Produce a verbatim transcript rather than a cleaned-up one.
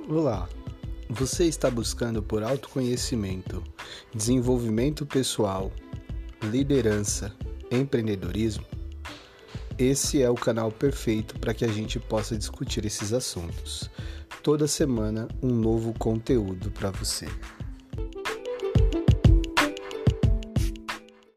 Olá, você está buscando por autoconhecimento, desenvolvimento pessoal, liderança, empreendedorismo? Esse é o canal perfeito para que a gente possa discutir esses assuntos. Toda semana um novo conteúdo para você.